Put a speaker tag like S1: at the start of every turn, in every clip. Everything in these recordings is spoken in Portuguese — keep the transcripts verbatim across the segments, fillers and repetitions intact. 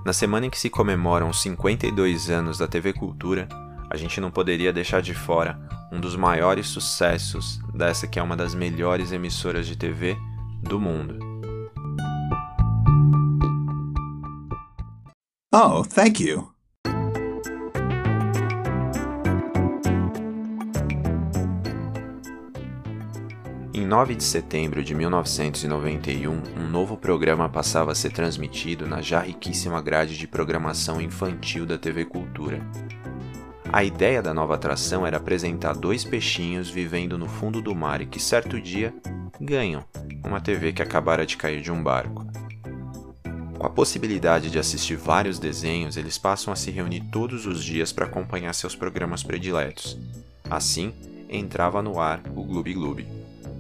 S1: Na semana em que se comemoram os cinquenta e dois anos da T V Cultura, a gente não poderia deixar de fora um dos maiores sucessos dessa que é uma das melhores emissoras de T V do mundo.
S2: Oh, thank you.
S1: Em nove de setembro de mil novecentos e noventa e um, um novo programa passava a ser transmitido na já riquíssima grade de programação infantil da T V Cultura. A ideia da nova atração era apresentar dois peixinhos vivendo no fundo do mar e que certo dia ganham uma T V que acabara de cair de um barco. Com a possibilidade de assistir vários desenhos, eles passam a se reunir todos os dias para acompanhar seus programas prediletos. Assim, entrava no ar o Gloob Gloob.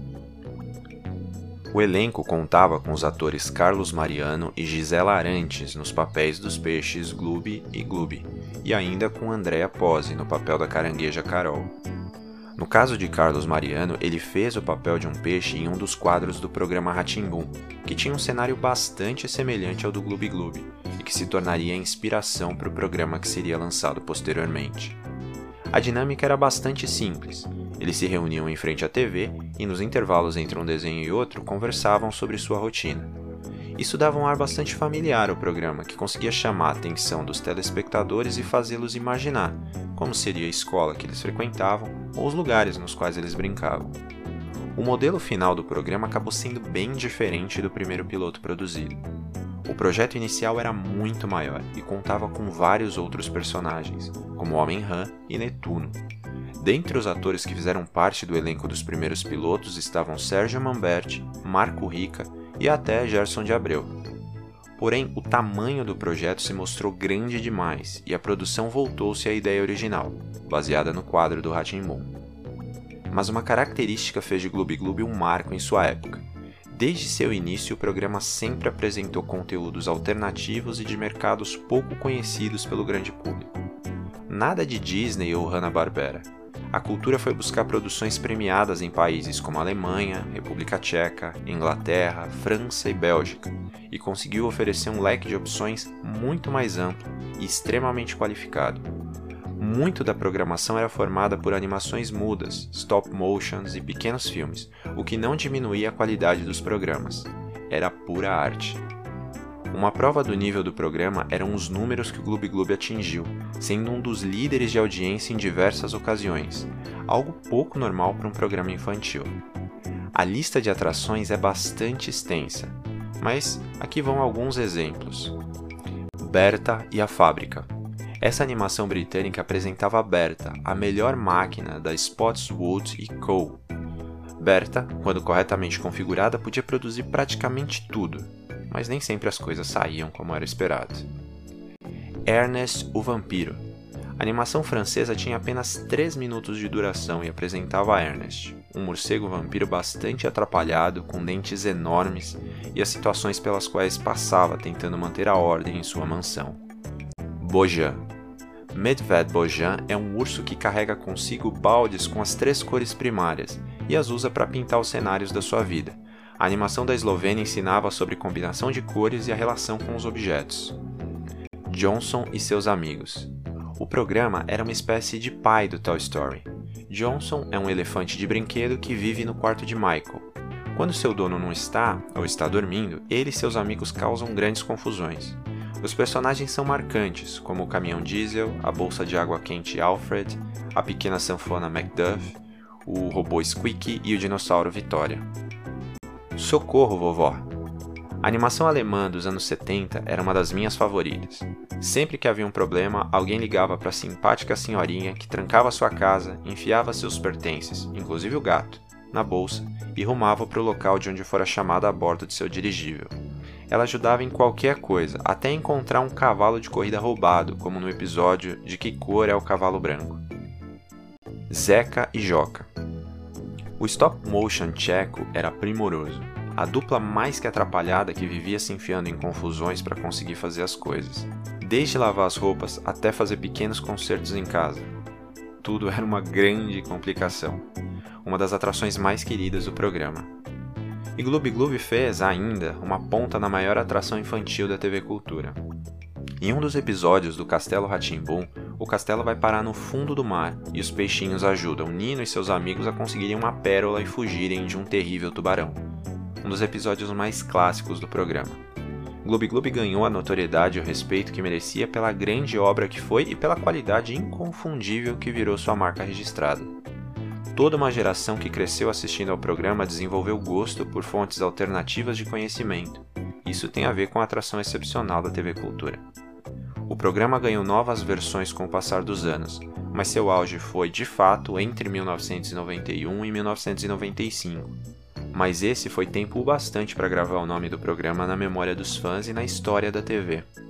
S1: O elenco contava com os atores Carlos Mariano e Gisela Arantes nos papéis dos peixes Gloob e Gloob, e ainda com Andréa Pose no papel da carangueja Carol. No caso de Carlos Mariano, ele fez o papel de um peixe em um dos quadros do programa Rá-Tim-Bum, que tinha um cenário bastante semelhante ao do Gloob Gloob, e que se tornaria a inspiração para o programa que seria lançado posteriormente. A dinâmica era bastante simples. Eles se reuniam em frente à T V e, nos intervalos entre um desenho e outro, conversavam sobre sua rotina. Isso dava um ar bastante familiar ao programa, que conseguia chamar a atenção dos telespectadores e fazê-los imaginar como seria a escola que eles frequentavam ou os lugares nos quais eles brincavam. O modelo final do programa acabou sendo bem diferente do primeiro piloto produzido. O projeto inicial era muito maior e contava com vários outros personagens, como Homem-Rã e Netuno. Dentre os atores que fizeram parte do elenco dos primeiros pilotos estavam Sérgio Manberti, Marco Rica e até Gerson de Abreu. Porém, o tamanho do projeto se mostrou grande demais e a produção voltou-se à ideia original, baseada no quadro do Rá-Tim-Bum. Mas uma característica fez de Gloob Gloob um marco em sua época. Desde seu início, o programa sempre apresentou conteúdos alternativos e de mercados pouco conhecidos pelo grande público. Nada de Disney ou Hanna-Barbera. A Cultura foi buscar produções premiadas em países como Alemanha, República Tcheca, Inglaterra, França e Bélgica, e conseguiu oferecer um leque de opções muito mais amplo e extremamente qualificado. Muito da programação era formada por animações mudas, stop motions e pequenos filmes, o que não diminuía a qualidade dos programas. Era pura arte. Uma prova do nível do programa eram os números que o Gloob Gloob atingiu, sendo um dos líderes de audiência em diversas ocasiões, algo pouco normal para um programa infantil. A lista de atrações é bastante extensa, mas aqui vão alguns exemplos. Berta e a Fábrica. Essa animação britânica apresentava Berta, a melhor máquina da Spotswood and Co. Berta, quando corretamente configurada, podia produzir praticamente tudo, mas nem sempre as coisas saíam como era esperado. Ernest o Vampiro. A animação francesa tinha apenas três minutos de duração e apresentava Ernest, um morcego vampiro bastante atrapalhado, com dentes enormes e as situações pelas quais passava tentando manter a ordem em sua mansão. Bojan. Medved Bojan é um urso que carrega consigo baldes com as três cores primárias e as usa para pintar os cenários da sua vida. A animação da Eslovênia ensinava sobre combinação de cores e a relação com os objetos. Johnson e seus amigos. O programa era uma espécie de pai do Toy Story. Johnson é um elefante de brinquedo que vive no quarto de Michael. Quando seu dono não está, ou está dormindo, ele e seus amigos causam grandes confusões. Os personagens são marcantes, como o caminhão diesel, a bolsa de água quente Alfred, a pequena sanfona Macduff, o robô Squeaky e o dinossauro Vitória. Socorro, vovó! A animação alemã dos anos setenta era uma das minhas favoritas. Sempre que havia um problema, alguém ligava para a simpática senhorinha que trancava sua casa, enfiava seus pertences, inclusive o gato, na bolsa e rumava para o local de onde fora chamada a bordo de seu dirigível. Ela ajudava em qualquer coisa, até encontrar um cavalo de corrida roubado, como no episódio De Que Cor é o Cavalo Branco. Zeca e Joca. O stop motion tcheco era primoroso, a dupla mais que atrapalhada que vivia se enfiando em confusões para conseguir fazer as coisas, desde lavar as roupas até fazer pequenos concertos em casa. Tudo era uma grande complicação, uma das atrações mais queridas do programa. E Gloob Gloob fez, ainda, uma ponta na maior atração infantil da T V Cultura. Em um dos episódios do Castelo Rá-Tim-Bum, o castelo vai parar no fundo do mar e os peixinhos ajudam Nino e seus amigos a conseguirem uma pérola e fugirem de um terrível tubarão. Um dos episódios mais clássicos do programa. Gloob Gloob ganhou a notoriedade e o respeito que merecia pela grande obra que foi e pela qualidade inconfundível que virou sua marca registrada. Toda uma geração que cresceu assistindo ao programa desenvolveu gosto por fontes alternativas de conhecimento. Isso tem a ver com a atração excepcional da T V Cultura. O programa ganhou novas versões com o passar dos anos, mas seu auge foi, de fato, entre mil novecentos e noventa e um e mil novecentos e noventa e cinco. Mas esse foi tempo o bastante para gravar o nome do programa na memória dos fãs e na história da T V.